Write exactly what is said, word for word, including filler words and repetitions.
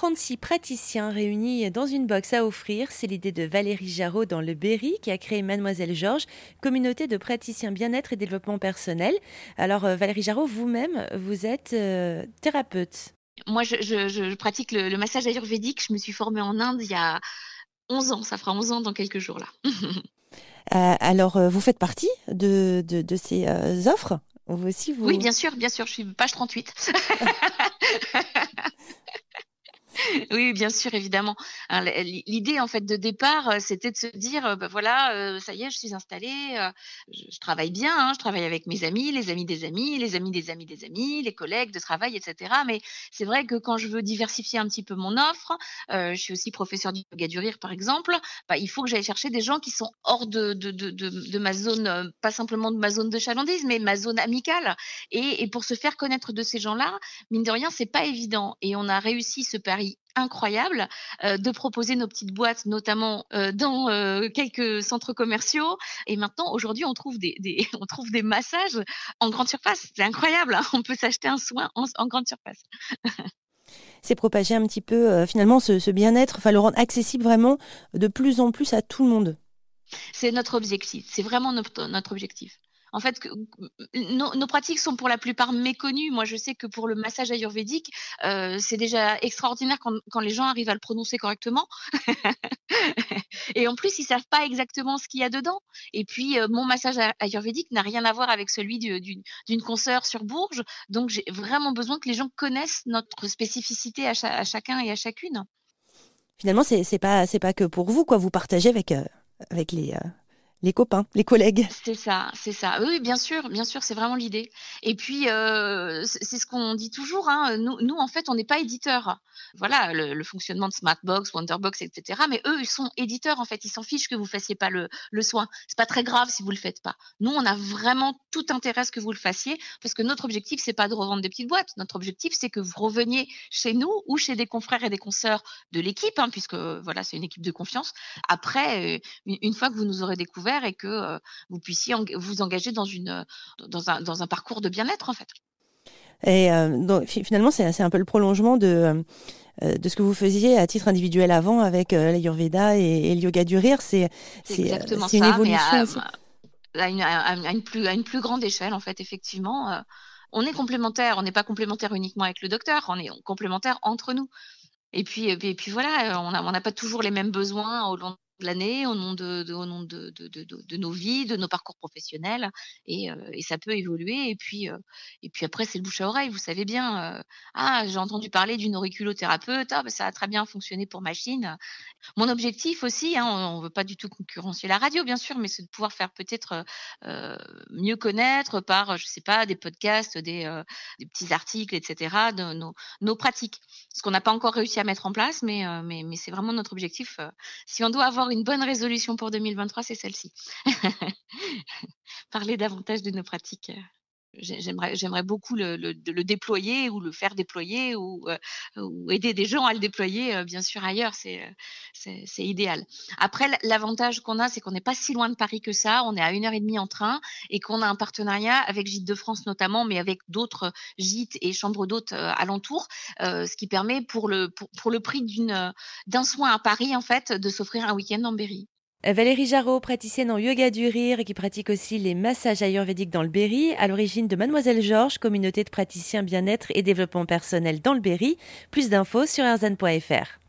trente-six praticiens réunis dans une box à offrir. C'est l'idée de Valérie Jarot dans le Berry qui a créé Mademoiselle Georges, communauté de praticiens bien-être et développement personnel. Alors euh, Valérie Jarot, vous-même, vous êtes euh, thérapeute. Moi, je, je, je pratique le, le massage ayurvédique. Je me suis formée en Inde il y a onze ans. Ça fera onze ans dans quelques jours là. Euh, alors, euh, vous faites partie de, de, de ces euh, offres? Vous aussi, vous... Oui, bien sûr, bien sûr. Je suis page trente-huit. Oui, bien sûr, évidemment. Hein, l- L'idée, en fait, de départ, euh, c'était de se dire, euh, bah voilà, euh, ça y est, je suis installée, euh, je, je travaille bien, hein, je travaille avec mes amis, les amis des amis, les amis des amis des amis, les collègues de travail, et cetera. Mais c'est vrai que quand je veux diversifier un petit peu mon offre, euh, je suis aussi professeure du yoga du rire, par exemple, bah, il faut que j'aille chercher des gens qui sont hors de, de, de, de, de ma zone, euh, pas simplement de ma zone de chalandise, mais ma zone amicale. Et, et pour se faire connaître de ces gens-là, mine de rien, c'est pas évident. Et on a réussi ce pari incroyable euh, de proposer nos petites boîtes, notamment euh, dans euh, quelques centres commerciaux. Et maintenant, aujourd'hui, on trouve des, des, on trouve des massages en grande surface. C'est incroyable, hein, on peut s'acheter un soin en, en grande surface. C'est propager un petit peu, euh, finalement, ce, ce bien-être, enfin, le rendre accessible vraiment de plus en plus à tout le monde. C'est notre objectif. C'est vraiment notre, notre objectif. En fait, que, nos, nos pratiques sont pour la plupart méconnues. Moi, je sais que pour le massage ayurvédique, euh, c'est déjà extraordinaire quand, quand les gens arrivent à le prononcer correctement. Et en plus, ils savent pas exactement ce qu'il y a dedans. Et puis, euh, mon massage ayurvédique n'a rien à voir avec celui du, du, d'une consoeur sur Bourges. Donc, j'ai vraiment besoin que les gens connaissent notre spécificité à, cha- à chacun et à chacune. Finalement, c'est, c'est pas, c'est pas que pour vous, quoi. Vous partagez avec, euh, avec les, euh, les copains, les collègues. C'est ça, c'est ça. Oui, oui, bien sûr, bien sûr, c'est vraiment l'idée. Et puis, euh, c'est c'est ce qu'on dit toujours, hein. Nous, nous, en fait, on n'est pas éditeurs. Voilà, le, le fonctionnement de Smartbox, Wonderbox, et cetera. Mais eux, ils sont éditeurs, en fait. Ils s'en fichent que vous fassiez pas le, le soin. C'est pas très grave si vous le faites pas. Nous, on a vraiment tout intérêt à ce que vous le fassiez, parce que notre objectif, c'est pas de revendre des petites boîtes. Notre objectif, c'est que vous reveniez chez nous ou chez des confrères et des consoeurs de l'équipe, hein, puisque voilà, c'est une équipe de confiance. Après, euh, une, une fois que vous nous aurez découvert et que euh, vous puissiez en- vous engager dans, une, dans, un, dans un parcours de bien-être, en fait. Et euh, donc, fi- finalement, c'est, c'est un peu le prolongement de, euh, de ce que vous faisiez à titre individuel avant avec euh, l'Ayurveda et, et le yoga du rire. C'est, C'est c'est, euh, exactement c'est une ça, mais évolution à, aussi. à une, à, à une plus, à une plus grande échelle, en fait, effectivement. Euh, on est complémentaires, on n'est pas complémentaires uniquement avec le docteur, on est complémentaires entre nous. Et puis, et puis, et puis voilà, on n'a on n'a pas toujours les mêmes besoins au long de l'année, au nom de, de, au nom de, de, de, de, de nos vies, de nos parcours professionnels, et, euh, et ça peut évoluer. Et puis, euh, et puis après, c'est le bouche à oreille. Vous savez bien, euh, ah, j'ai entendu parler d'une auriculothérapeute, ah, bah, ça a très bien fonctionné pour machine. Mon objectif aussi, hein, on ne veut pas du tout concurrencer la radio, bien sûr, mais c'est de pouvoir faire peut-être euh, mieux connaître par, je sais pas, des podcasts, des, euh, des petits articles, et cetera, de nos, nos pratiques. Ce qu'on n'a pas encore réussi à mettre en place, mais, euh, mais, mais c'est vraiment notre objectif. Euh, si on doit avoir une bonne résolution pour deux mille vingt-trois, c'est celle-ci. Parler davantage de nos pratiques. J'aimerais, j'aimerais beaucoup le, le, le déployer ou le faire déployer ou, euh, ou aider des gens à le déployer, euh, bien sûr, ailleurs. C'est, c'est, c'est idéal. Après, l'avantage qu'on a, c'est qu'on n'est pas si loin de Paris que ça. On est à une heure et demie en train et qu'on a un partenariat avec Gîtes de France notamment, mais avec d'autres gîtes et chambres d'hôtes euh, alentours, euh, ce qui permet pour le, pour, pour le prix d'une, d'un soin à Paris, en fait, de s'offrir un week-end en Berry. Valérie Jarot, praticienne en yoga du rire et qui pratique aussi les massages ayurvédiques dans le Berry, à l'origine de Mademoiselle Georges, communauté de praticiens bien-être et développement personnel dans le Berry. Plus d'infos sur erzan point f r.